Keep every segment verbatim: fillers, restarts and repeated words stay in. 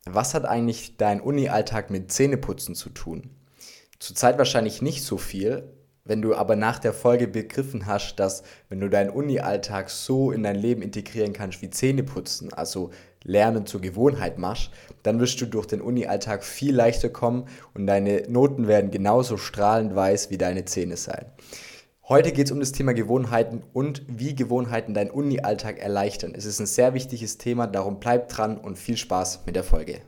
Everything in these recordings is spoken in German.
Was hat eigentlich dein Uni-Alltag mit Zähneputzen zu tun? Zurzeit wahrscheinlich nicht so viel, wenn du aber nach der Folge begriffen hast, dass wenn du deinen Uni-Alltag so in dein Leben integrieren kannst wie Zähneputzen, also Lernen zur Gewohnheit machst, dann wirst du durch den Uni-Alltag viel leichter kommen und deine Noten werden genauso strahlend weiß wie deine Zähne sein. Heute geht es um das Thema Gewohnheiten und wie Gewohnheiten deinen Uni-Alltag erleichtern. Es ist ein sehr wichtiges Thema, darum bleib dran und viel Spaß mit der Folge.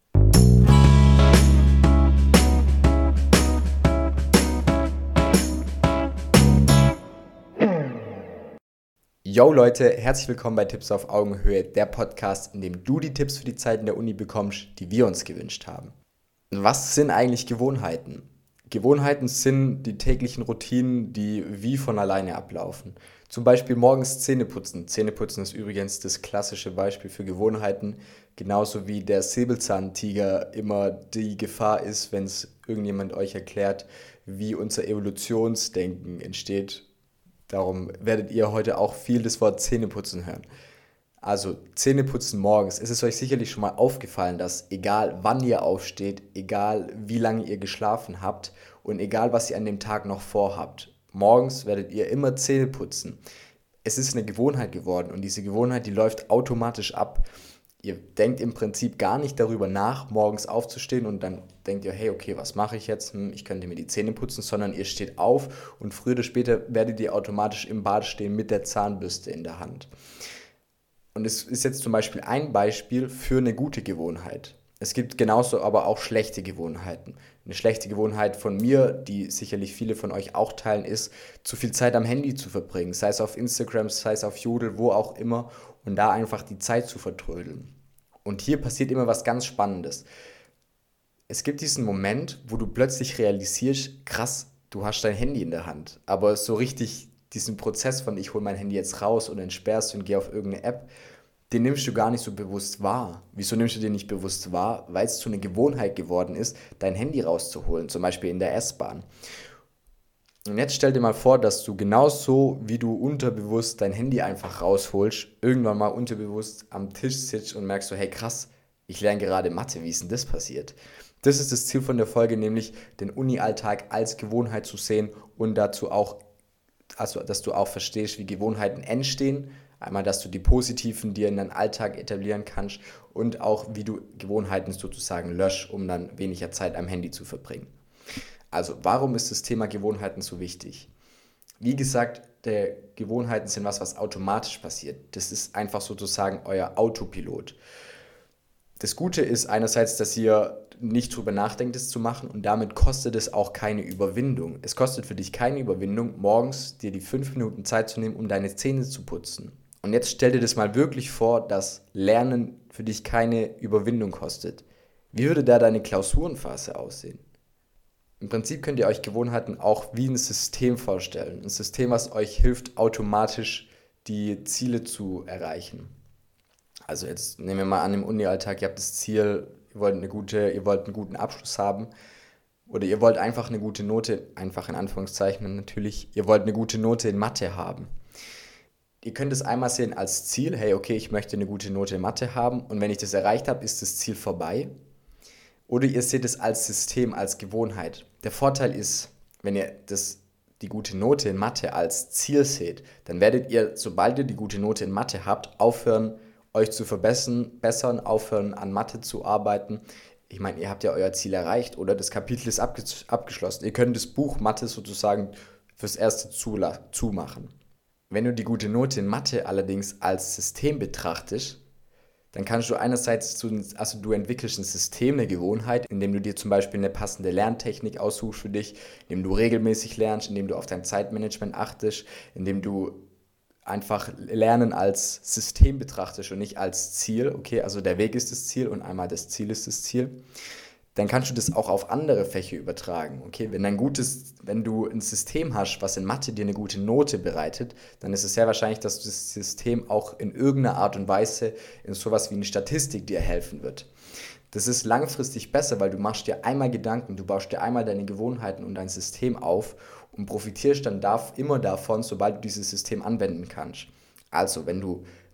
Yo Leute, herzlich willkommen bei Tipps auf Augenhöhe, der Podcast, in dem du die Tipps für die Zeit in der Uni bekommst, die wir uns gewünscht haben. Was sind eigentlich Gewohnheiten? Gewohnheiten sind die täglichen Routinen, die wie von alleine ablaufen. Zum Beispiel morgens Zähneputzen. Zähneputzen ist übrigens das klassische Beispiel für Gewohnheiten, genauso wie der Säbelzahntiger immer die Gefahr ist, wenn es irgendjemand euch erklärt, wie unser Evolutionsdenken entsteht. Darum werdet ihr heute auch viel das Wort Zähneputzen hören. Also Zähneputzen morgens. Es ist euch sicherlich schon mal aufgefallen, dass egal wann ihr aufsteht, egal wie lange ihr geschlafen habt und egal was ihr an dem Tag noch vorhabt, morgens werdet ihr immer Zähne putzen. Es ist eine Gewohnheit geworden und diese Gewohnheit, die läuft automatisch ab. Ihr denkt im Prinzip gar nicht darüber nach, morgens aufzustehen und dann denkt ihr, hey, okay, was mache ich jetzt? Hm, ich könnte mir die Zähne putzen, sondern ihr steht auf und früher oder später werdet ihr automatisch im Bad stehen mit der Zahnbürste in der Hand. Und es ist jetzt zum Beispiel ein Beispiel für eine gute Gewohnheit. Es gibt genauso aber auch schlechte Gewohnheiten. Eine schlechte Gewohnheit von mir, die sicherlich viele von euch auch teilen, ist, zu viel Zeit am Handy zu verbringen. Sei es auf Instagram, sei es auf Jodel, wo auch immer. Und da einfach die Zeit zu vertrödeln. Und hier passiert immer was ganz Spannendes. Es gibt diesen Moment, wo du plötzlich realisierst, krass, du hast dein Handy in der Hand. Aber so richtig diesen Prozess von ich hole mein Handy jetzt raus und entsperrst und gehe auf irgendeine App, den nimmst du gar nicht so bewusst wahr. Wieso nimmst du den nicht bewusst wahr? Weil es zu einer Gewohnheit geworden ist, dein Handy rauszuholen, zum Beispiel in der S-Bahn. Und jetzt stell dir mal vor, dass du genauso wie du unterbewusst dein Handy einfach rausholst, irgendwann mal unterbewusst am Tisch sitzt und merkst so, hey krass, ich lerne gerade Mathe, wie ist denn das passiert? Das ist das Ziel von der Folge, nämlich den Uni-Alltag als Gewohnheit zu sehen und dazu auch, also dass du auch verstehst, wie Gewohnheiten entstehen. Einmal, dass du die positiven dir in deinen Alltag etablieren kannst und auch, wie du Gewohnheiten sozusagen löscht, um dann weniger Zeit am Handy zu verbringen. Also, warum ist das Thema Gewohnheiten so wichtig? Wie gesagt, der Gewohnheiten sind was, was automatisch passiert. Das ist einfach sozusagen euer Autopilot. Das Gute ist einerseits, dass ihr nicht drüber nachdenkt, es zu machen und damit kostet es auch keine Überwindung. Es kostet für dich keine Überwindung, morgens dir die fünf Minuten Zeit zu nehmen, um deine Zähne zu putzen. Und jetzt stell dir das mal wirklich vor, dass Lernen für dich keine Überwindung kostet. Wie würde da deine Klausurenphase aussehen? Im Prinzip könnt ihr euch Gewohnheiten auch wie ein System vorstellen. Ein System, was euch hilft, automatisch die Ziele zu erreichen. Also jetzt nehmen wir mal an, im Uni-Alltag, ihr habt das Ziel, ihr wollt, eine gute, ihr wollt einen guten Abschluss haben oder ihr wollt einfach eine gute Note, einfach in Anführungszeichen natürlich, ihr wollt eine gute Note in Mathe haben. Ihr könnt es einmal sehen als Ziel, hey, okay, ich möchte eine gute Note in Mathe haben und wenn ich das erreicht habe, ist das Ziel vorbei. Oder ihr seht es als System, als Gewohnheit. Der Vorteil ist, wenn ihr das, die gute Note in Mathe als Ziel seht, dann werdet ihr, sobald ihr die gute Note in Mathe habt, aufhören, euch zu verbessern, bessern, aufhören, an Mathe zu arbeiten. Ich meine, ihr habt ja euer Ziel erreicht oder das Kapitel ist abge- abgeschlossen. Ihr könnt das Buch Mathe sozusagen fürs Erste zula- zumachen. Wenn du die gute Note in Mathe allerdings als System betrachtest, dann kannst du einerseits, also du entwickelst ein System, eine Gewohnheit, indem du dir zum Beispiel eine passende Lerntechnik aussuchst für dich, indem du regelmäßig lernst, indem du auf dein Zeitmanagement achtest, indem du einfach Lernen als System betrachtest und nicht als Ziel. Okay, also der Weg ist das Ziel und einmal das Ziel ist das Ziel. Dann kannst du das auch auf andere Fächer übertragen. Okay, wenn ein gutes, wenn du ein System hast, was in Mathe dir eine gute Note bereitet, dann ist es sehr wahrscheinlich, dass das System auch in irgendeiner Art und Weise in sowas wie eine Statistik dir helfen wird. Das ist langfristig besser, weil du machst dir einmal Gedanken, du baust dir einmal deine Gewohnheiten und dein System auf und profitierst dann darf, immer davon, sobald du dieses System anwenden kannst. Also, wenn du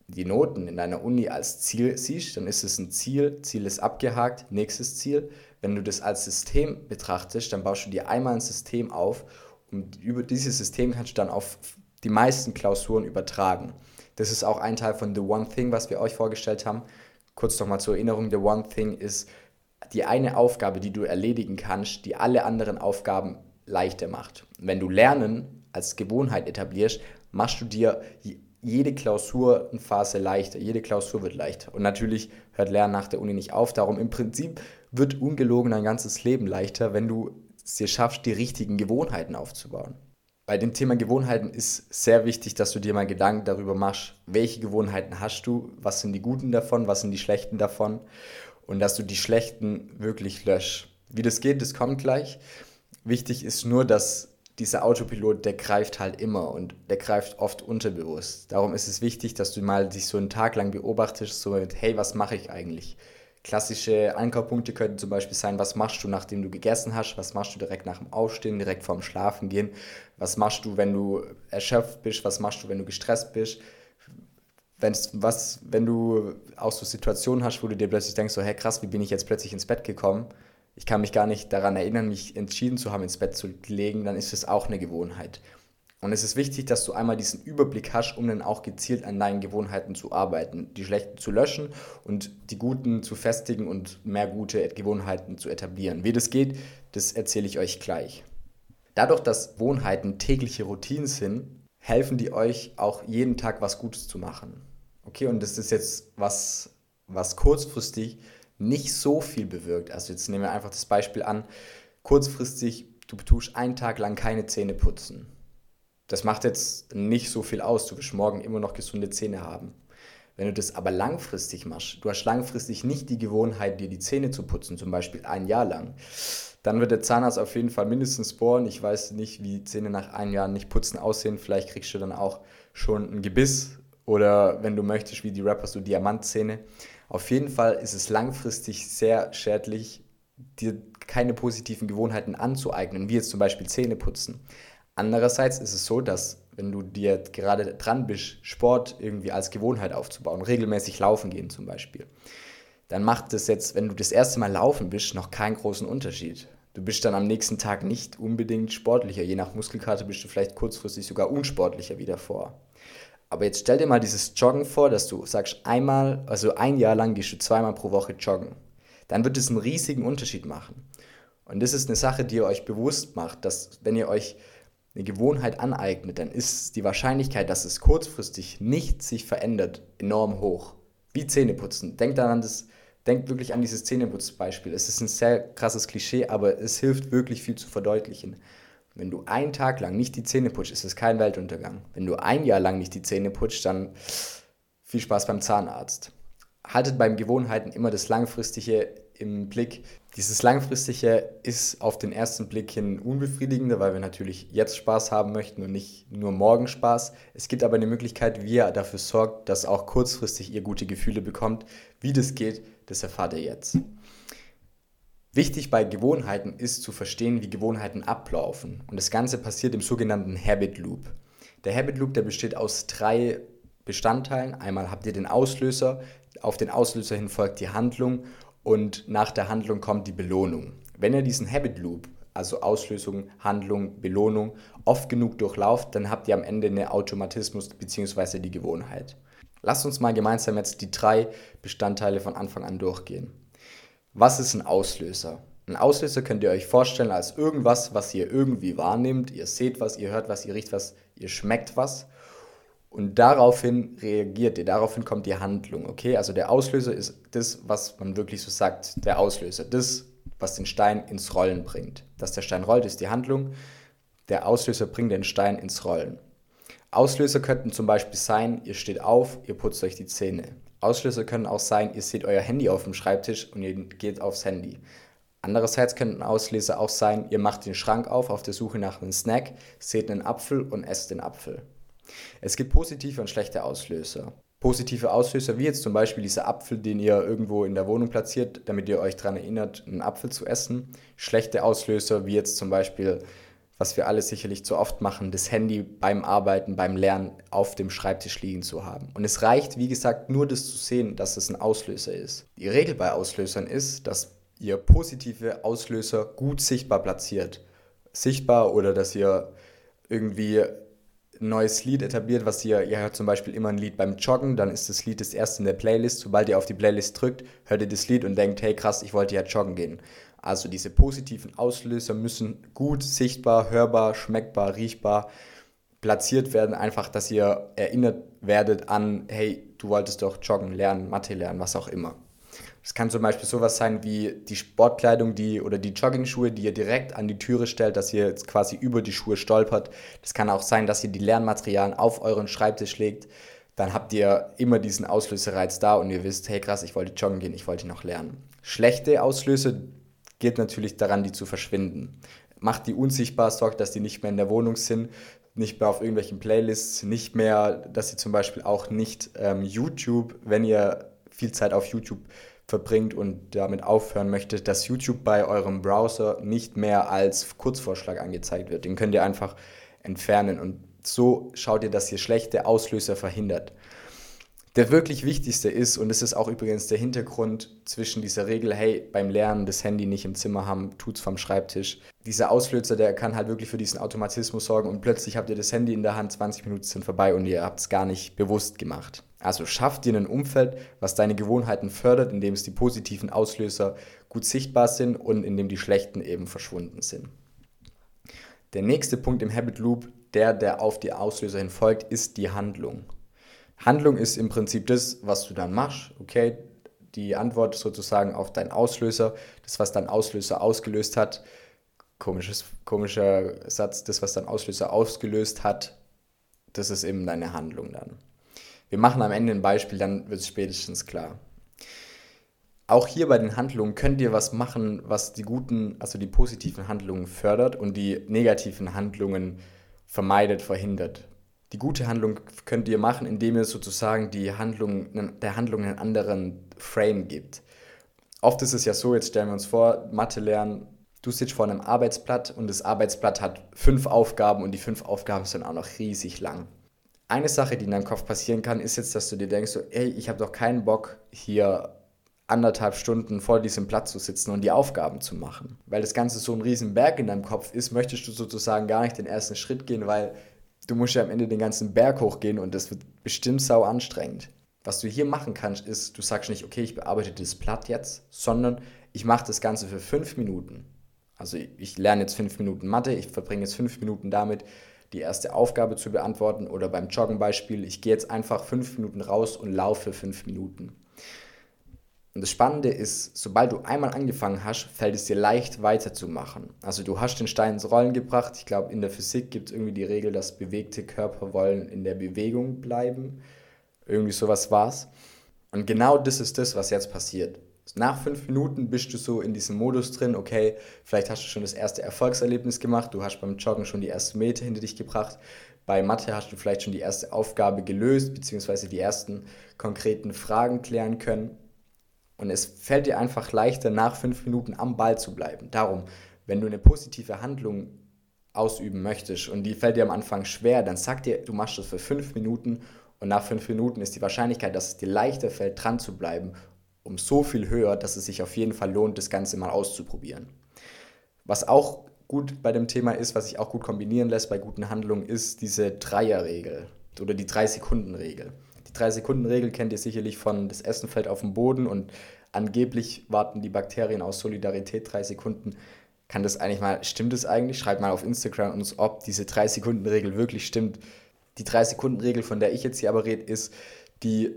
die Noten in deiner Uni als Ziel siehst, dann ist es ein Ziel, Ziel ist abgehakt, nächstes Ziel. Wenn du das als System betrachtest, dann baust du dir einmal ein System auf und über dieses System kannst du dann auf die meisten Klausuren übertragen. Das ist auch ein Teil von The One Thing, was wir euch vorgestellt haben. Kurz nochmal zur Erinnerung, The One Thing ist die eine Aufgabe, die du erledigen kannst, die alle anderen Aufgaben leichter macht. Wenn du Lernen als Gewohnheit etablierst, machst du dir jede Klausurenphase leichter, jede Klausur wird leichter. Und natürlich hört Lernen nach der Uni nicht auf, darum im Prinzip wird ungelogen dein ganzes Leben leichter, wenn du es dir schaffst, die richtigen Gewohnheiten aufzubauen. Bei dem Thema Gewohnheiten ist sehr wichtig, dass du dir mal Gedanken darüber machst, welche Gewohnheiten hast du, was sind die guten davon, was sind die schlechten davon und dass du die schlechten wirklich löscht. Wie das geht, das kommt gleich. Wichtig ist nur, dass dieser Autopilot, der greift halt immer und der greift oft unterbewusst. Darum ist es wichtig, dass du mal dich so einen Tag lang beobachtest, so mit, hey, was mache ich eigentlich? Klassische Ankerpunkte könnten zum Beispiel sein, was machst du, nachdem du gegessen hast, was machst du direkt nach dem Aufstehen, direkt vorm Schlafengehen, was machst du, wenn du erschöpft bist, was machst du, wenn du gestresst bist, Wenn's, was, wenn du auch so Situationen hast, wo du dir plötzlich denkst, so, hey krass, wie bin ich jetzt plötzlich ins Bett gekommen? Ich kann mich gar nicht daran erinnern, mich entschieden zu haben, ins Bett zu legen, dann ist es auch eine Gewohnheit. Und es ist wichtig, dass du einmal diesen Überblick hast, um dann auch gezielt an deinen Gewohnheiten zu arbeiten, die schlechten zu löschen und die guten zu festigen und mehr gute Gewohnheiten zu etablieren. Wie das geht, das erzähle ich euch gleich. Dadurch, dass Gewohnheiten tägliche Routinen sind, helfen die euch auch jeden Tag was Gutes zu machen. Okay, und das ist jetzt was, was kurzfristig nicht so viel bewirkt. Also jetzt nehmen wir einfach das Beispiel an, kurzfristig, du tust einen Tag lang keine Zähne putzen. Das macht jetzt nicht so viel aus, du wirst morgen immer noch gesunde Zähne haben. Wenn du das aber langfristig machst, du hast langfristig nicht die Gewohnheit, dir die Zähne zu putzen, zum Beispiel ein Jahr lang, dann wird der Zahnarzt auf jeden Fall mindestens bohren. Ich weiß nicht, wie Zähne nach einem Jahr nicht putzen aussehen. Vielleicht kriegst du dann auch schon ein Gebiss oder wenn du möchtest, wie die Rapper, so Diamantzähne. Auf jeden Fall ist es langfristig sehr schädlich, dir keine positiven Gewohnheiten anzueignen, wie jetzt zum Beispiel Zähne putzen. Andererseits ist es so, dass wenn du dir gerade dran bist, Sport irgendwie als Gewohnheit aufzubauen, regelmäßig laufen gehen zum Beispiel, dann macht es jetzt, wenn du das erste Mal laufen bist, noch keinen großen Unterschied. Du bist dann am nächsten Tag nicht unbedingt sportlicher. Je nach Muskelkater bist du vielleicht kurzfristig sogar unsportlicher wie davor. Aber jetzt stell dir mal dieses Joggen vor, dass du sagst, einmal, also ein Jahr lang gehst du zweimal pro Woche joggen. Dann wird es einen riesigen Unterschied machen. Und das ist eine Sache, die ihr euch bewusst macht, dass wenn ihr euch eine Gewohnheit aneignet, dann ist die Wahrscheinlichkeit, dass es kurzfristig nicht sich verändert, enorm hoch. Wie Zähneputzen. Denkt daran, das, denkt wirklich an dieses Zähneputzbeispiel. Es ist ein sehr krasses Klischee, aber es hilft wirklich viel zu verdeutlichen. Wenn du einen Tag lang nicht die Zähne putzt, ist es kein Weltuntergang. Wenn du ein Jahr lang nicht die Zähne putzt, dann viel Spaß beim Zahnarzt. Haltet beim Gewohnheiten immer das Langfristige im Blick. Dieses Langfristige ist auf den ersten Blick hin unbefriedigender, weil wir natürlich jetzt Spaß haben möchten und nicht nur morgen Spaß. Es gibt aber eine Möglichkeit, wie ihr dafür sorgt, dass auch kurzfristig ihr gute Gefühle bekommt. Wie das geht, das erfahrt ihr jetzt. Wichtig bei Gewohnheiten ist zu verstehen, wie Gewohnheiten ablaufen. Und das Ganze passiert im sogenannten Habit Loop. Der Habit Loop, der besteht aus drei Bestandteilen. Einmal habt ihr den Auslöser, auf den Auslöser hin folgt die Handlung und nach der Handlung kommt die Belohnung. Wenn ihr diesen Habit Loop, also Auslösung, Handlung, Belohnung, oft genug durchlauft, dann habt ihr am Ende einen Automatismus bzw. die Gewohnheit. Lasst uns mal gemeinsam jetzt die drei Bestandteile von Anfang an durchgehen. Was ist ein Auslöser? Ein Auslöser könnt ihr euch vorstellen als irgendwas, was ihr irgendwie wahrnehmt. Ihr seht was, ihr hört was, ihr riecht was, ihr schmeckt was. Und daraufhin reagiert ihr, daraufhin kommt die Handlung, okay? Also der Auslöser ist das, was man wirklich so sagt, der Auslöser, das, was den Stein ins Rollen bringt. Dass der Stein rollt, ist die Handlung, der Auslöser bringt den Stein ins Rollen. Auslöser könnten zum Beispiel sein, ihr steht auf, ihr putzt euch die Zähne. Auslöser können auch sein, ihr seht euer Handy auf dem Schreibtisch und ihr geht aufs Handy. Andererseits könnten Auslöser auch sein, ihr macht den Schrank auf, auf der Suche nach einem Snack, seht einen Apfel und esst den Apfel. Es gibt positive und schlechte Auslöser. Positive Auslöser, wie jetzt zum Beispiel dieser Apfel, den ihr irgendwo in der Wohnung platziert, damit ihr euch daran erinnert, einen Apfel zu essen. Schlechte Auslöser, wie jetzt zum Beispiel was wir alle sicherlich zu oft machen, das Handy beim Arbeiten, beim Lernen auf dem Schreibtisch liegen zu haben. Und es reicht, wie gesagt, nur das zu sehen, dass es ein Auslöser ist. Die Regel bei Auslösern ist, dass ihr positive Auslöser gut sichtbar platziert. Sichtbar oder dass ihr irgendwie ein neues Lied etabliert, was ihr, ihr hört zum Beispiel immer ein Lied beim Joggen, dann ist das Lied das erste in der Playlist. Sobald ihr auf die Playlist drückt, hört ihr das Lied und denkt, hey krass, ich wollte ja joggen gehen. Also diese positiven Auslöser müssen gut sichtbar, hörbar, schmeckbar, riechbar platziert werden. Einfach, dass ihr erinnert werdet an, hey, du wolltest doch joggen lernen, Mathe lernen, was auch immer. Es kann zum Beispiel sowas sein wie die Sportkleidung die, oder die Joggingschuhe, die ihr direkt an die Türe stellt, dass ihr jetzt quasi über die Schuhe stolpert. Das kann auch sein, dass ihr die Lernmaterialien auf euren Schreibtisch legt. Dann habt ihr immer diesen Auslösereiz da und ihr wisst, hey krass, ich wollte joggen gehen, ich wollte noch lernen. Schlechte Auslöser geht natürlich daran, die zu verschwinden. Macht die unsichtbar, sorgt, dass die nicht mehr in der Wohnung sind, nicht mehr auf irgendwelchen Playlists, nicht mehr, dass ihr zum Beispiel auch nicht ähm, YouTube, wenn ihr viel Zeit auf YouTube verbringt und damit aufhören möchtet, dass YouTube bei eurem Browser nicht mehr als Kurzvorschlag angezeigt wird. Den könnt ihr einfach entfernen und so schaut ihr, dass ihr schlechte Auslöser verhindert. Der wirklich wichtigste ist, und das ist auch übrigens der Hintergrund zwischen dieser Regel, hey, beim Lernen das Handy nicht im Zimmer haben, tut's vom Schreibtisch. Dieser Auslöser, der kann halt wirklich für diesen Automatismus sorgen und plötzlich habt ihr das Handy in der Hand, zwanzig Minuten sind vorbei und ihr habt es gar nicht bewusst gemacht. Also schafft dir ein Umfeld, was deine Gewohnheiten fördert, indem es die positiven Auslöser gut sichtbar sind und indem die schlechten eben verschwunden sind. Der nächste Punkt im Habit Loop, der, der auf die Auslöser hin folgt, ist die Handlung. Handlung ist im Prinzip das, was du dann machst, okay? Die Antwort sozusagen auf deinen Auslöser, das, was dein Auslöser ausgelöst hat. Komisches, komischer Satz, das, was dein Auslöser ausgelöst hat, das ist eben deine Handlung dann. Wir machen am Ende ein Beispiel, dann wird es spätestens klar. Auch hier bei den Handlungen könnt ihr was machen, was die guten, also die positiven Handlungen fördert und die negativen Handlungen vermeidet, verhindert. Die gute Handlung könnt ihr machen, indem ihr sozusagen die Handlung, der Handlung einen anderen Frame gibt. Oft ist es ja so, jetzt stellen wir uns vor, Mathe lernen, du sitzt vor einem Arbeitsblatt und das Arbeitsblatt hat fünf Aufgaben und die fünf Aufgaben sind auch noch riesig lang. Eine Sache, die in deinem Kopf passieren kann, ist jetzt, dass du dir denkst, so, ey, ich habe doch keinen Bock, hier anderthalb Stunden vor diesem Blatt zu sitzen und die Aufgaben zu machen. Weil das Ganze so ein riesen Berg in deinem Kopf ist, möchtest du sozusagen gar nicht den ersten Schritt gehen, weil du musst ja am Ende den ganzen Berg hochgehen und das wird bestimmt sau anstrengend. Was du hier machen kannst, ist, du sagst nicht, okay, ich bearbeite das Blatt jetzt, sondern ich mache das Ganze für fünf Minuten. Also ich lerne jetzt fünf Minuten Mathe, ich verbringe jetzt fünf Minuten damit, die erste Aufgabe zu beantworten oder beim Joggen-Beispiel, ich gehe jetzt einfach fünf Minuten raus und laufe fünf Minuten. Und das Spannende ist, sobald du einmal angefangen hast, fällt es dir leicht weiterzumachen. Also du hast den Stein ins Rollen gebracht. Ich glaube, in der Physik gibt es irgendwie die Regel, dass bewegte Körper wollen in der Bewegung bleiben. Irgendwie sowas war's. Und genau das ist das, was jetzt passiert. Nach fünf Minuten bist du so in diesem Modus drin, okay, vielleicht hast du schon das erste Erfolgserlebnis gemacht, du hast beim Joggen schon die ersten Meter hinter dich gebracht, bei Mathe hast du vielleicht schon die erste Aufgabe gelöst, beziehungsweise die ersten konkreten Fragen klären können. Und es fällt dir einfach leichter, nach fünf Minuten am Ball zu bleiben. Darum, wenn du eine positive Handlung ausüben möchtest und die fällt dir am Anfang schwer, dann sag dir, du machst das für fünf Minuten und nach fünf Minuten ist die Wahrscheinlichkeit, dass es dir leichter fällt, dran zu bleiben, um so viel höher, dass es sich auf jeden Fall lohnt, das Ganze mal auszuprobieren. Was auch gut bei dem Thema ist, was sich auch gut kombinieren lässt bei guten Handlungen, ist diese Dreierregel oder die Drei-Sekunden-Regel. Die Drei-Sekunden-Regel kennt ihr sicherlich von, das Essen fällt auf den Boden und angeblich warten die Bakterien aus Solidarität drei Sekunden. Kann das eigentlich mal, stimmt das eigentlich? Schreibt mal auf Instagram uns, ob diese Drei-Sekunden-Regel wirklich stimmt. Die Drei-Sekunden-Regel, von der ich jetzt hier aber rede, ist, die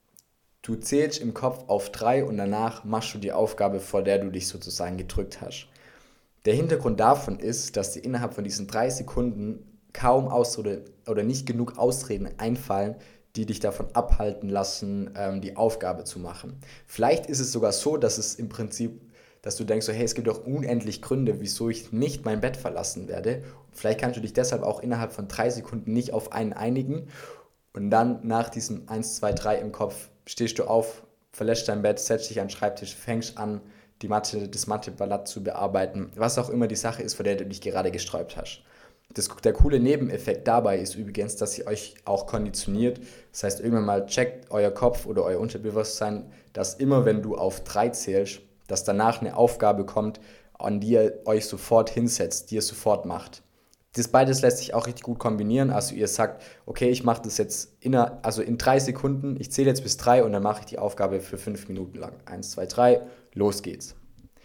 du zählst im Kopf auf drei und danach machst du die Aufgabe, vor der du dich sozusagen gedrückt hast. Der Hintergrund davon ist, dass dir innerhalb von diesen drei Sekunden kaum Ausrede oder nicht genug Ausreden einfallen, die dich davon abhalten lassen, ähm, die Aufgabe zu machen. Vielleicht ist es sogar so, dass es im Prinzip, dass du denkst, so, hey, es gibt doch unendlich Gründe, wieso ich nicht mein Bett verlassen werde. Vielleicht kannst du dich deshalb auch innerhalb von drei Sekunden nicht auf einen einigen und dann nach diesem eins, zwei, drei im Kopf stehst du auf, verlässt dein Bett, setzt dich an den Schreibtisch, fängst an, die Mathe, das Matheblatt zu bearbeiten, was auch immer die Sache ist, vor der du dich gerade gesträubt hast. Das, der coole Nebeneffekt dabei ist übrigens, dass ihr euch auch konditioniert. Das heißt, irgendwann mal checkt euer Kopf oder euer Unterbewusstsein, dass immer, wenn du auf drei zählst, dass danach eine Aufgabe kommt, an die ihr euch sofort hinsetzt, die ihr sofort macht. Das beides lässt sich auch richtig gut kombinieren. Also ihr sagt, okay, ich mache das jetzt in, einer, also in drei Sekunden, ich zähle jetzt bis drei und dann mache ich die Aufgabe für fünf Minuten lang. Eins, zwei, drei, los geht's.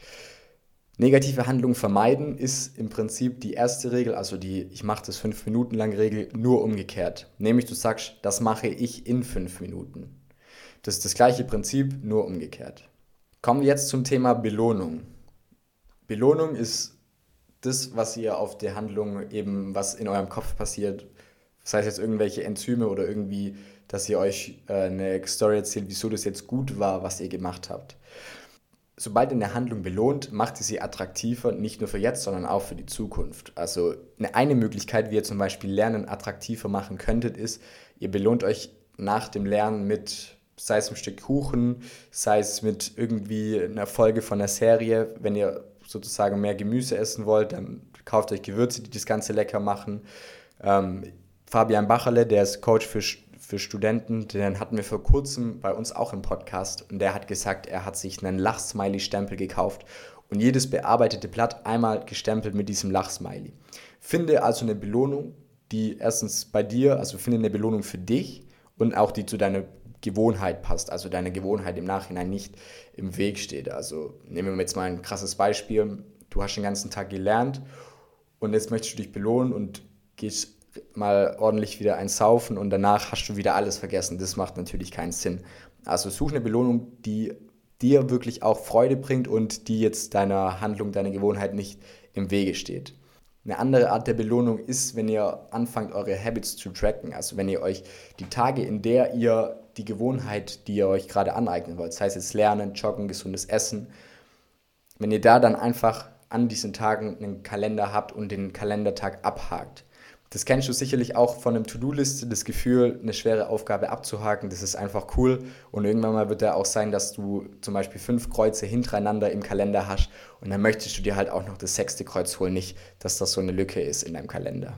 Negative Handlungen vermeiden ist im Prinzip die erste Regel, also die ich mache das fünf Minuten lang Regel, nur umgekehrt. Nämlich du sagst, das mache ich in fünf Minuten. Das ist das gleiche Prinzip, nur umgekehrt. Kommen wir jetzt zum Thema Belohnung. Belohnung ist das, was ihr auf der Handlung eben, was in eurem Kopf passiert, das heißt jetzt irgendwelche Enzyme oder irgendwie, dass ihr euch äh, eine Story erzählt, wieso das jetzt gut war, was ihr gemacht habt. Sobald ihr eine Handlung belohnt, macht ihr sie attraktiver, nicht nur für jetzt, sondern auch für die Zukunft. Also eine, eine Möglichkeit, wie ihr zum Beispiel Lernen attraktiver machen könntet, ist, ihr belohnt euch nach dem Lernen mit, sei es ein Stück Kuchen, sei es mit irgendwie einer Folge von einer Serie. Wenn ihr sozusagen mehr Gemüse essen wollt, dann kauft euch Gewürze, die das Ganze lecker machen. Ähm, Fabian Bacherle, der ist Coach für für Studenten, den hatten wir vor kurzem bei uns auch im Podcast und der hat gesagt, er hat sich einen Lachsmiley-Stempel gekauft und jedes bearbeitete Blatt einmal gestempelt mit diesem Lachsmiley. Finde also eine Belohnung, die erstens bei dir, also finde eine Belohnung für dich und auch die zu deiner Gewohnheit passt, also deine Gewohnheit im Nachhinein nicht im Weg steht. Also nehmen wir jetzt mal ein krasses Beispiel, du hast den ganzen Tag gelernt und jetzt möchtest du dich belohnen und gehst mal ordentlich wieder eins saufen und danach hast du wieder alles vergessen. Das macht natürlich keinen Sinn. Also such eine Belohnung, die dir wirklich auch Freude bringt und die jetzt deiner Handlung, deiner Gewohnheit nicht im Wege steht. Eine andere Art der Belohnung ist, wenn ihr anfangt, eure Habits zu tracken. Also wenn ihr euch die Tage, in der ihr die Gewohnheit, die ihr euch gerade aneignen wollt, das heißt jetzt Lernen, Joggen, gesundes Essen, wenn ihr da dann einfach an diesen Tagen einen Kalender habt und den Kalendertag abhakt. Das kennst du sicherlich auch von einem To-Do-Liste, das Gefühl, eine schwere Aufgabe abzuhaken, das ist einfach cool und irgendwann mal wird da auch sein, dass du zum Beispiel fünf Kreuze hintereinander im Kalender hast und dann möchtest du dir halt auch noch das sechste Kreuz holen, nicht, dass das so eine Lücke ist in deinem Kalender.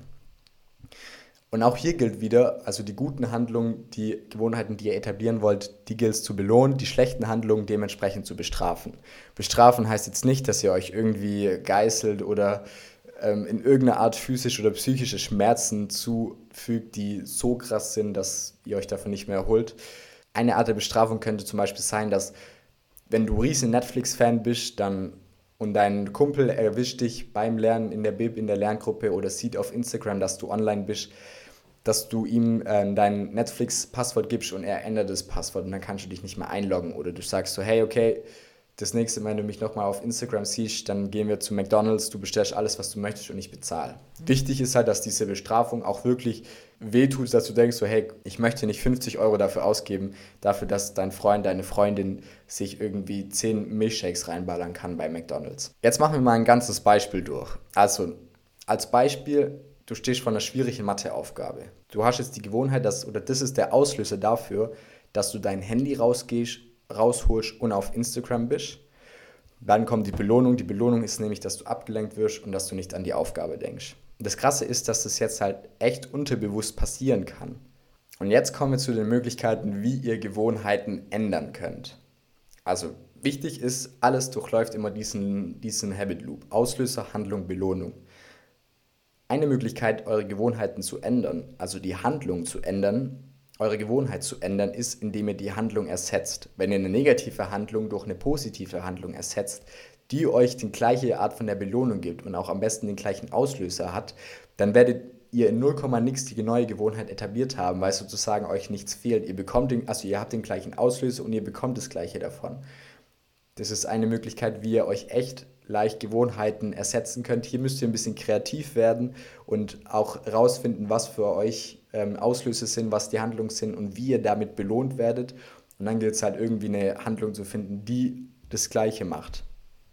Und auch hier gilt wieder, also die guten Handlungen, die Gewohnheiten, die ihr etablieren wollt, die gilt es zu belohnen, die schlechten Handlungen dementsprechend zu bestrafen. Bestrafen heißt jetzt nicht, dass ihr euch irgendwie geißelt oder in irgendeiner Art physische oder psychische Schmerzen zufügt, die so krass sind, dass ihr euch davon nicht mehr erholt. Eine Art der Bestrafung könnte zum Beispiel sein, dass wenn du riesen Netflix-Fan bist dann, und dein Kumpel erwischt dich beim Lernen in der Bib, in der Lerngruppe oder sieht auf Instagram, dass du online bist, dass du ihm äh, dein Netflix-Passwort gibst und er ändert das Passwort und dann kannst du dich nicht mehr einloggen. Oder du sagst so, hey, okay, das nächste Mal, wenn du mich nochmal auf Instagram siehst, dann gehen wir zu McDonald's, du bestellst alles, was du möchtest und ich bezahle. Wichtig ist halt, dass diese Bestrafung auch wirklich wehtut, dass du denkst, so, hey, ich möchte nicht fünfzig Euro dafür ausgeben, dafür, dass dein Freund, deine Freundin sich irgendwie zehn Milchshakes reinballern kann bei McDonald's. Jetzt machen wir mal ein ganzes Beispiel durch. Also, als Beispiel, du stehst vor einer schwierigen Matheaufgabe. Du hast jetzt die Gewohnheit, dass, oder das ist der Auslöser dafür, dass du dein Handy rausgehst, rausholst und auf Instagram bist. Dann kommt die Belohnung. Die Belohnung ist nämlich, dass du abgelenkt wirst und dass du nicht an die Aufgabe denkst. Und das Krasse ist, dass das jetzt halt echt unterbewusst passieren kann. Und jetzt kommen wir zu den Möglichkeiten, wie ihr Gewohnheiten ändern könnt. Also wichtig ist, alles durchläuft immer diesen, diesen Habit Loop. Auslöser, Handlung, Belohnung. Eine Möglichkeit, eure Gewohnheiten zu ändern, also die Handlung zu ändern, eure Gewohnheit zu ändern, ist, indem ihr die Handlung ersetzt. Wenn ihr eine negative Handlung durch eine positive Handlung ersetzt, die euch die gleiche Art von der Belohnung gibt und auch am besten den gleichen Auslöser hat, dann werdet ihr in null Komma nix die neue Gewohnheit etabliert haben, weil sozusagen euch nichts fehlt. Ihr bekommt den, also ihr habt den gleichen Auslöser und ihr bekommt das Gleiche davon. Das ist eine Möglichkeit, wie ihr euch echt leicht Gewohnheiten ersetzen könnt. Hier müsst ihr ein bisschen kreativ werden und auch rausfinden, was für euch ähm, Auslöser sind, was die Handlungen sind und wie ihr damit belohnt werdet. Und dann gilt es halt irgendwie eine Handlung zu finden, die das Gleiche macht.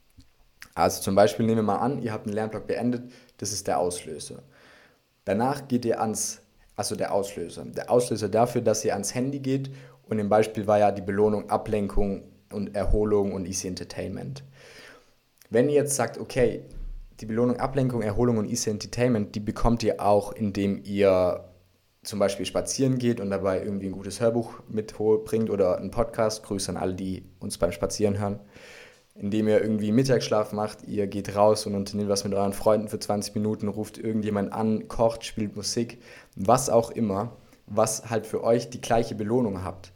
Also zum Beispiel nehmen wir mal an, ihr habt einen Lernblock beendet, das ist der Auslöser. Danach geht ihr ans, also der Auslöser. Der Auslöser dafür, dass ihr ans Handy geht und im Beispiel war ja die Belohnung Ablenkung und Erholung und Easy Entertainment. Wenn ihr jetzt sagt, okay, Die Belohnung Ablenkung, Erholung und Easy Entertainment, die bekommt ihr auch, indem ihr zum Beispiel spazieren geht und dabei irgendwie ein gutes Hörbuch mitbringt oder einen Podcast. Grüße an alle, die uns beim Spazieren hören. Indem ihr irgendwie Mittagsschlaf macht, ihr geht raus und unternehmt was mit euren Freunden für zwanzig Minuten, ruft irgendjemand an, kocht, spielt Musik, was auch immer, was halt für euch die gleiche Belohnung habt.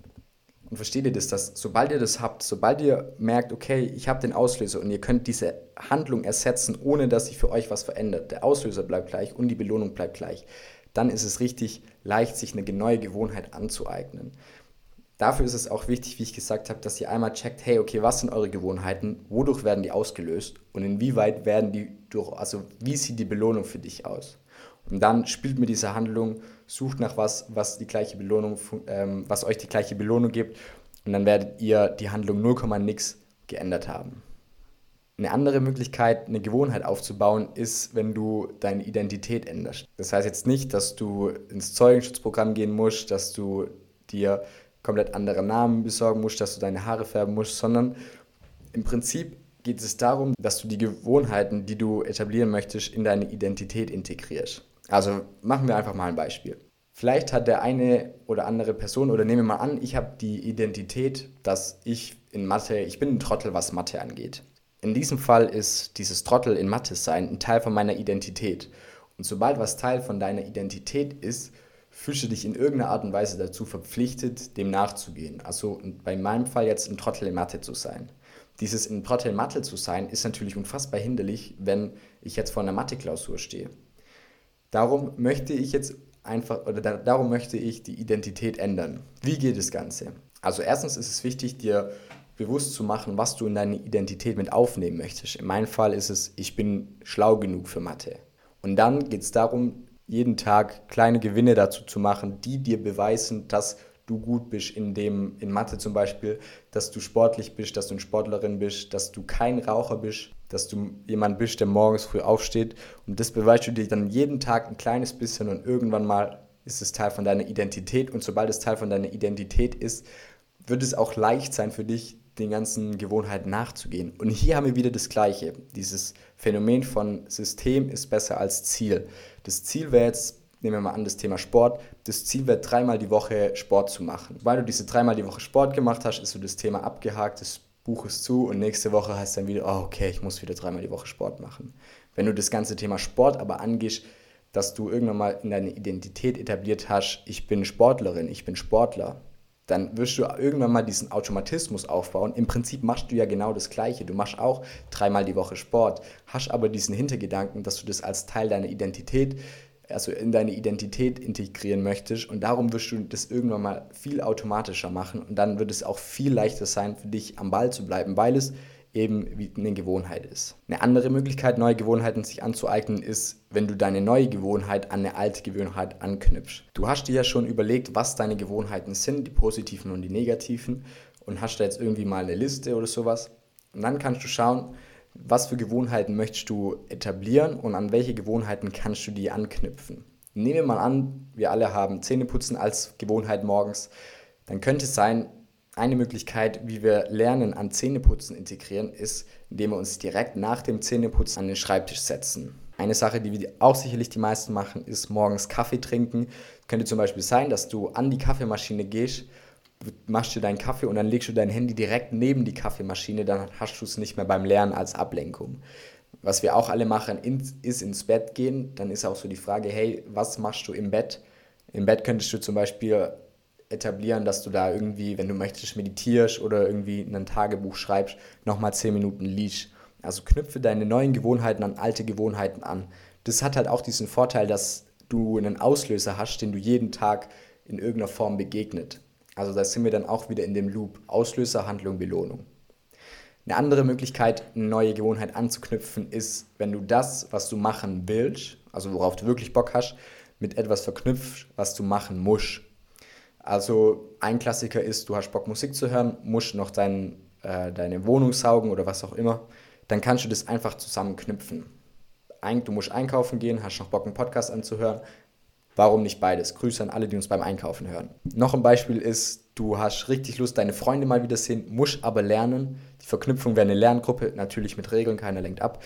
Und versteht ihr das, dass sobald ihr das habt, sobald ihr merkt, okay, ich habe den Auslöser und ihr könnt diese Handlung ersetzen, ohne dass sich für euch was verändert, der Auslöser bleibt gleich und die Belohnung bleibt gleich, dann ist es richtig leicht, sich eine neue Gewohnheit anzueignen. Dafür ist es auch wichtig, wie ich gesagt habe, dass ihr einmal checkt, hey, okay, was sind eure Gewohnheiten, wodurch werden die ausgelöst und inwieweit werden die durch, also wie sieht die Belohnung für dich aus? Und dann spielt mit dieser Handlung, sucht nach was, was die gleiche Belohnung, ähm, was euch die gleiche Belohnung gibt und dann werdet ihr die Handlung null Komma nix geändert haben. Eine andere Möglichkeit, eine Gewohnheit aufzubauen, ist, wenn du deine Identität änderst. Das heißt jetzt nicht, dass du ins Zeugenschutzprogramm gehen musst, dass du dir komplett andere Namen besorgen musst, dass du deine Haare färben musst, sondern im Prinzip geht es darum, dass du die Gewohnheiten, die du etablieren möchtest, in deine Identität integrierst. Also machen wir einfach mal ein Beispiel. Vielleicht hat der eine oder andere Person, oder nehmen wir mal an, ich habe die Identität, dass ich in Mathe, ich bin ein Trottel, was Mathe angeht. In diesem Fall ist dieses Trottel in Mathe sein ein Teil von meiner Identität. Und sobald was Teil von deiner Identität ist, fühlst du dich in irgendeiner Art und Weise dazu verpflichtet, dem nachzugehen. Also bei meinem Fall jetzt ein Trottel in Mathe zu sein. Dieses ein Trottel in Mathe zu sein, ist natürlich unfassbar hinderlich, wenn ich jetzt vor einer Mathe-Klausur stehe. Darum möchte ich jetzt einfach, oder da, darum möchte ich die Identität ändern. Wie geht das Ganze? Also erstens ist es wichtig, dir bewusst zu machen, was du in deine Identität mit aufnehmen möchtest. In meinem Fall ist es, ich bin schlau genug für Mathe. Und dann geht es darum, jeden Tag kleine Gewinne dazu zu machen, die dir beweisen, dass du gut bist in dem, in Mathe zum Beispiel, dass du sportlich bist, dass du eine Sportlerin bist, dass du kein Raucher bist, dass du jemand bist, der morgens früh aufsteht. Und das beweist du dir dann jeden Tag ein kleines bisschen und irgendwann mal ist es Teil von deiner Identität. Und sobald es Teil von deiner Identität ist, wird es auch leicht sein für dich, den ganzen Gewohnheiten nachzugehen. Und hier haben wir wieder das Gleiche. Dieses Phänomen von System ist besser als Ziel. Das Ziel wäre jetzt, nehmen wir mal an, das Thema Sport. Das Ziel wäre, dreimal die Woche Sport zu machen. Weil du diese dreimal die Woche Sport gemacht hast, ist so das Thema abgehakt, das Buch ist zu und nächste Woche heißt dann wieder, oh, okay, ich muss wieder dreimal die Woche Sport machen. Wenn du das ganze Thema Sport aber angehst, dass du irgendwann mal in deine Identität etabliert hast, ich bin Sportlerin, ich bin Sportler, dann wirst du irgendwann mal diesen Automatismus aufbauen. Im Prinzip machst du ja genau das Gleiche. Du machst auch dreimal die Woche Sport, hast aber diesen Hintergedanken, dass du das als Teil deiner Identität, also in deine Identität integrieren möchtest und darum wirst du das irgendwann mal viel automatischer machen und dann wird es auch viel leichter sein für dich am Ball zu bleiben, weil es eben wie eine Gewohnheit ist. Eine andere Möglichkeit, neue Gewohnheiten sich anzueignen, ist, wenn du deine neue Gewohnheit an eine alte Gewohnheit anknüpfst. Du hast dir ja schon überlegt, was deine Gewohnheiten sind, die positiven und die negativen und hast da jetzt irgendwie mal eine Liste oder sowas und dann kannst du schauen, was für Gewohnheiten möchtest du etablieren und an welche Gewohnheiten kannst du die anknüpfen. Nehmen wir mal an, wir alle haben Zähneputzen als Gewohnheit morgens. Dann könnte es sein, eine Möglichkeit, wie wir Lernen an Zähneputzen integrieren, ist, indem wir uns direkt nach dem Zähneputzen an den Schreibtisch setzen. Eine Sache, die wir auch sicherlich die meisten machen, ist morgens Kaffee trinken. Könnte zum Beispiel sein, dass du an die Kaffeemaschine gehst, machst du deinen Kaffee und dann legst du dein Handy direkt neben die Kaffeemaschine, dann hast du es nicht mehr beim Lernen als Ablenkung. Was wir auch alle machen, ist ins Bett gehen. Dann ist auch so die Frage, hey, was machst du im Bett? Im Bett könntest du zum Beispiel etablieren, dass du da irgendwie, wenn du möchtest, meditierst oder irgendwie in ein Tagebuch schreibst, nochmal zehn Minuten liest. Also knüpfe deine neuen Gewohnheiten an alte Gewohnheiten an. Das hat halt auch diesen Vorteil, dass du einen Auslöser hast, den du jeden Tag in irgendeiner Form begegnet. Also da sind wir dann auch wieder in dem Loop. Auslöser, Handlung, Belohnung. Eine andere Möglichkeit, eine neue Gewohnheit anzuknüpfen, ist, wenn du das, was du machen willst, also worauf du wirklich Bock hast, mit etwas verknüpfst, was du machen musst. Also ein Klassiker ist, du hast Bock Musik zu hören, musst noch dein, äh, deine Wohnung saugen oder was auch immer, dann kannst du das einfach zusammenknüpfen. Ein, du musst einkaufen gehen, hast noch Bock einen Podcast anzuhören, warum nicht beides? Grüße an alle, die uns beim Einkaufen hören. Noch ein Beispiel ist, du hast richtig Lust, deine Freunde mal wieder sehen, musst aber lernen. Die Verknüpfung wäre eine Lerngruppe, natürlich mit Regeln, keiner lenkt ab.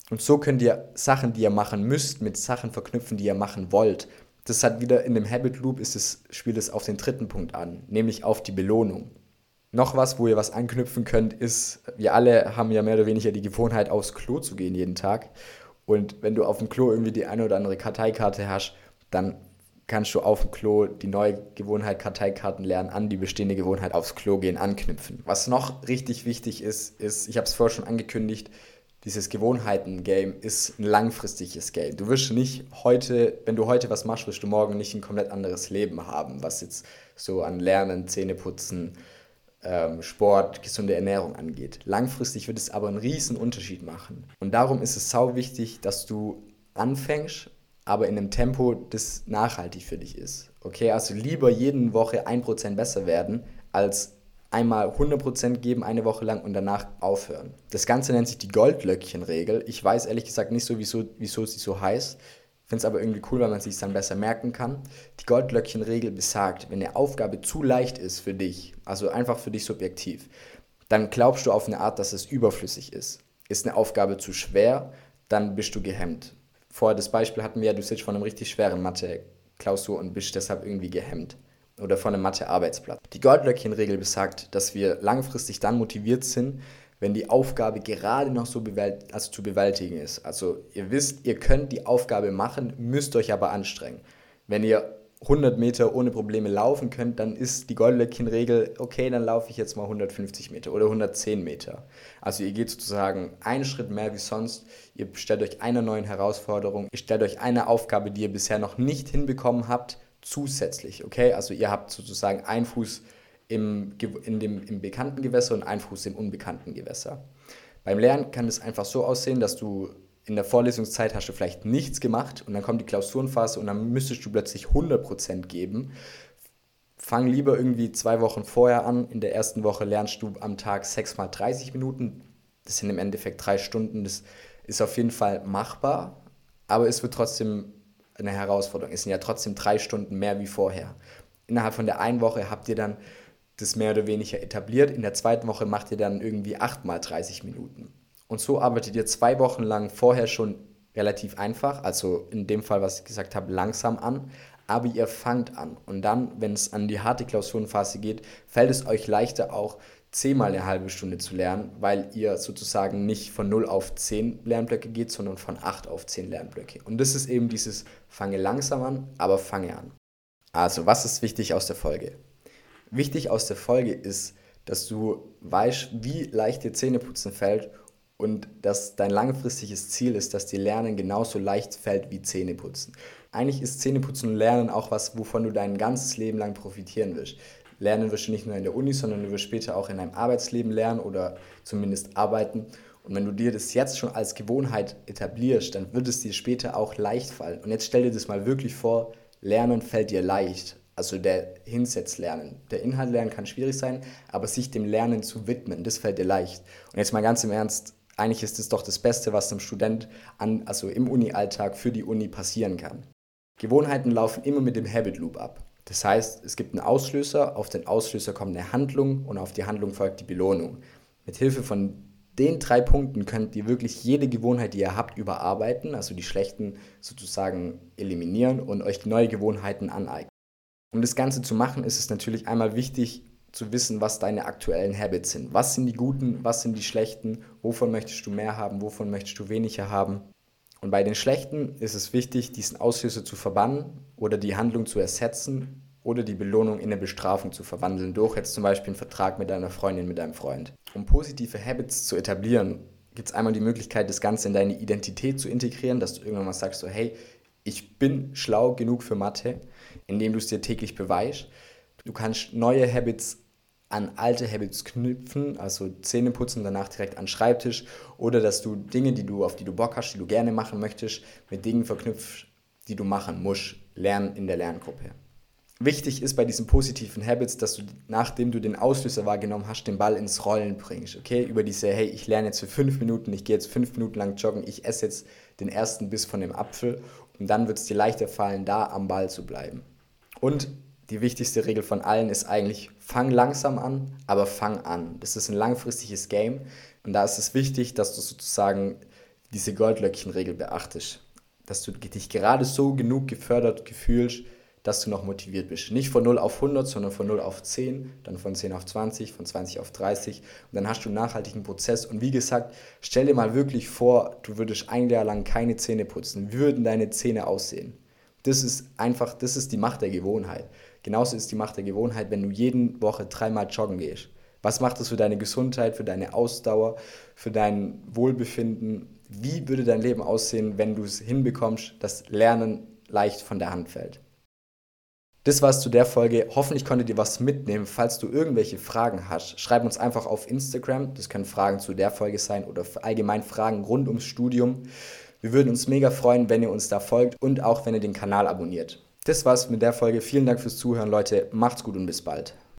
Und so könnt ihr Sachen, die ihr machen müsst, mit Sachen verknüpfen, die ihr machen wollt. Das hat wieder in dem Habit Loop, ist es, spielt es auf den dritten Punkt an, nämlich auf die Belohnung. Noch was, wo ihr was anknüpfen könnt, ist, wir alle haben ja mehr oder weniger die Gewohnheit, aufs Klo zu gehen jeden Tag. Und wenn du auf dem Klo irgendwie die eine oder andere Karteikarte hast, dann kannst du auf dem Klo die neue Gewohnheit Karteikarten lernen an die bestehende Gewohnheit aufs Klo gehen anknüpfen. Was noch richtig wichtig ist, ist, ich habe es vorher schon angekündigt, dieses Gewohnheiten-Game ist ein langfristiges Game. Du wirst nicht heute, wenn du heute was machst, wirst du morgen nicht ein komplett anderes Leben haben, was jetzt so an Lernen, Zähneputzen, ähm, Sport, gesunde Ernährung angeht. Langfristig wird es aber einen riesen Unterschied machen. Und darum ist es sau wichtig, dass du anfängst, aber in einem Tempo, das nachhaltig für dich ist. Okay, also lieber jede Woche ein Prozent besser werden, als einmal hundert Prozent geben eine Woche lang und danach aufhören. Das Ganze nennt sich die Goldlöckchen-Regel. Ich weiß ehrlich gesagt nicht so, wieso, wieso sie so heißt. Ich finde es aber irgendwie cool, weil man es sich dann besser merken kann. Die Goldlöckchen-Regel besagt, wenn eine Aufgabe zu leicht ist für dich, also einfach für dich subjektiv, dann glaubst du auf eine Art, dass es überflüssig ist. Ist eine Aufgabe zu schwer, dann bist du gehemmt. Vorher das Beispiel hatten wir ja, du sitzt vor einem richtig schweren Mathe-Klausur und bist deshalb irgendwie gehemmt. Oder vor einem Mathe-Arbeitsplatz. Die Goldlöckchen-Regel besagt, dass wir langfristig dann motiviert sind, wenn die Aufgabe gerade noch so bewält- also zu bewältigen ist. Also ihr wisst, ihr könnt die Aufgabe machen, müsst euch aber anstrengen. Wenn ihr hundert Meter ohne Probleme laufen könnt, dann ist die Goldlöckchen-Regel, okay, dann laufe ich jetzt mal hundertfünfzig Meter oder hundertzehn Meter. Also ihr geht sozusagen einen Schritt mehr wie sonst, ihr stellt euch einer neuen Herausforderung, ihr stellt euch eine Aufgabe, die ihr bisher noch nicht hinbekommen habt, zusätzlich, okay? Also ihr habt sozusagen einen Fuß im, in dem, im bekannten Gewässer und einen Fuß im unbekannten Gewässer. Beim Lernen kann es einfach so aussehen, dass du in der Vorlesungszeit hast du vielleicht nichts gemacht und dann kommt die Klausurenphase und dann müsstest du plötzlich hundert Prozent geben. Fang lieber irgendwie zwei Wochen vorher an. In der ersten Woche lernst du am Tag sechs mal dreißig Minuten. Das sind im Endeffekt drei Stunden. Das ist auf jeden Fall machbar, aber es wird trotzdem eine Herausforderung. Es sind ja trotzdem drei Stunden mehr wie vorher. Innerhalb von der einen Woche habt ihr dann das mehr oder weniger etabliert. In der zweiten Woche macht ihr dann irgendwie acht mal dreißig Minuten. Und so arbeitet ihr zwei Wochen lang vorher schon relativ einfach, also in dem Fall, was ich gesagt habe, langsam an, aber ihr fangt an. Und dann, wenn es an die harte Klausurenphase geht, fällt es euch leichter auch, zehnmal eine halbe Stunde zu lernen, weil ihr sozusagen nicht von null auf zehn Lernblöcke geht, sondern von acht auf zehn Lernblöcke. Und das ist eben dieses fange langsam an, aber fange an. Also, was ist wichtig aus der Folge? Wichtig aus der Folge ist, dass du weißt, wie leicht dir Zähneputzen fällt und dass dein langfristiges Ziel ist, dass dir Lernen genauso leicht fällt wie Zähneputzen. Eigentlich ist Zähneputzen und Lernen auch was, wovon du dein ganzes Leben lang profitieren wirst. Lernen wirst du nicht nur in der Uni, sondern du wirst später auch in deinem Arbeitsleben lernen oder zumindest arbeiten. Und wenn du dir das jetzt schon als Gewohnheit etablierst, dann wird es dir später auch leicht fallen. Und jetzt stell dir das mal wirklich vor, Lernen fällt dir leicht. Also der Hinsetzlernen. Der Inhalt lernen kann schwierig sein, aber sich dem Lernen zu widmen, das fällt dir leicht. Und jetzt mal ganz im Ernst, eigentlich ist das doch das Beste, was einem Student an, also im Uni-Alltag für die Uni passieren kann. Gewohnheiten laufen immer mit dem Habit Loop ab. Das heißt, es gibt einen Auslöser, auf den Auslöser kommt eine Handlung und auf die Handlung folgt die Belohnung. Mit Hilfe von den drei Punkten könnt ihr wirklich jede Gewohnheit, die ihr habt, überarbeiten, also die schlechten sozusagen eliminieren und euch neue Gewohnheiten aneignen. Um das Ganze zu machen, ist es natürlich einmal wichtig zu wissen, was deine aktuellen Habits sind. Was sind die guten, was sind die schlechten, wovon möchtest du mehr haben, wovon möchtest du weniger haben. Und bei den schlechten ist es wichtig, diesen Auslöser zu verbannen oder die Handlung zu ersetzen oder die Belohnung in eine Bestrafung zu verwandeln, durch jetzt zum Beispiel einen Vertrag mit deiner Freundin, mit deinem Freund. Um positive Habits zu etablieren, gibt es einmal die Möglichkeit, das Ganze in deine Identität zu integrieren, dass du irgendwann mal sagst, so hey, ich bin schlau genug für Mathe, indem du es dir täglich beweist. Du kannst neue Habits an alte Habits knüpfen, also Zähne putzen, danach direkt an den Schreibtisch, oder dass du Dinge, die du, auf die du Bock hast, die du gerne machen möchtest, mit Dingen verknüpfst, die du machen musst, lernen in der Lerngruppe. Wichtig ist bei diesen positiven Habits, dass du, nachdem du den Auslöser wahrgenommen hast, den Ball ins Rollen bringst, okay? Über diese, hey, ich lerne jetzt für fünf Minuten, ich gehe jetzt fünf Minuten lang joggen, ich esse jetzt den ersten Biss von dem Apfel und dann wird es dir leichter fallen, da am Ball zu bleiben. Und die wichtigste Regel von allen ist eigentlich, fang langsam an, aber fang an. Das ist ein langfristiges Game und da ist es wichtig, dass du sozusagen diese Goldlöckchenregel beachtest. Dass du dich gerade so genug gefördert fühlst, dass du noch motiviert bist. Nicht von null auf hundert, sondern von null auf zehn, dann von zehn auf zwanzig, von zwanzig auf dreißig und dann hast du einen nachhaltigen Prozess. Und wie gesagt, stell dir mal wirklich vor, du würdest ein Jahr lang keine Zähne putzen. Wie würden deine Zähne aussehen? Das ist einfach, das ist die Macht der Gewohnheit. Genauso ist die Macht der Gewohnheit, wenn du jede Woche dreimal joggen gehst. Was macht das für deine Gesundheit, für deine Ausdauer, für dein Wohlbefinden? Wie würde dein Leben aussehen, wenn du es hinbekommst, dass Lernen leicht von der Hand fällt? Das war's zu der Folge. Hoffentlich konntet ihr was mitnehmen. Falls du irgendwelche Fragen hast, schreib uns einfach auf Instagram. Das können Fragen zu der Folge sein oder allgemein Fragen rund ums Studium. Wir würden uns mega freuen, wenn ihr uns da folgt und auch wenn ihr den Kanal abonniert. Das war's mit der Folge. Vielen Dank fürs Zuhören, Leute. Macht's gut und bis bald.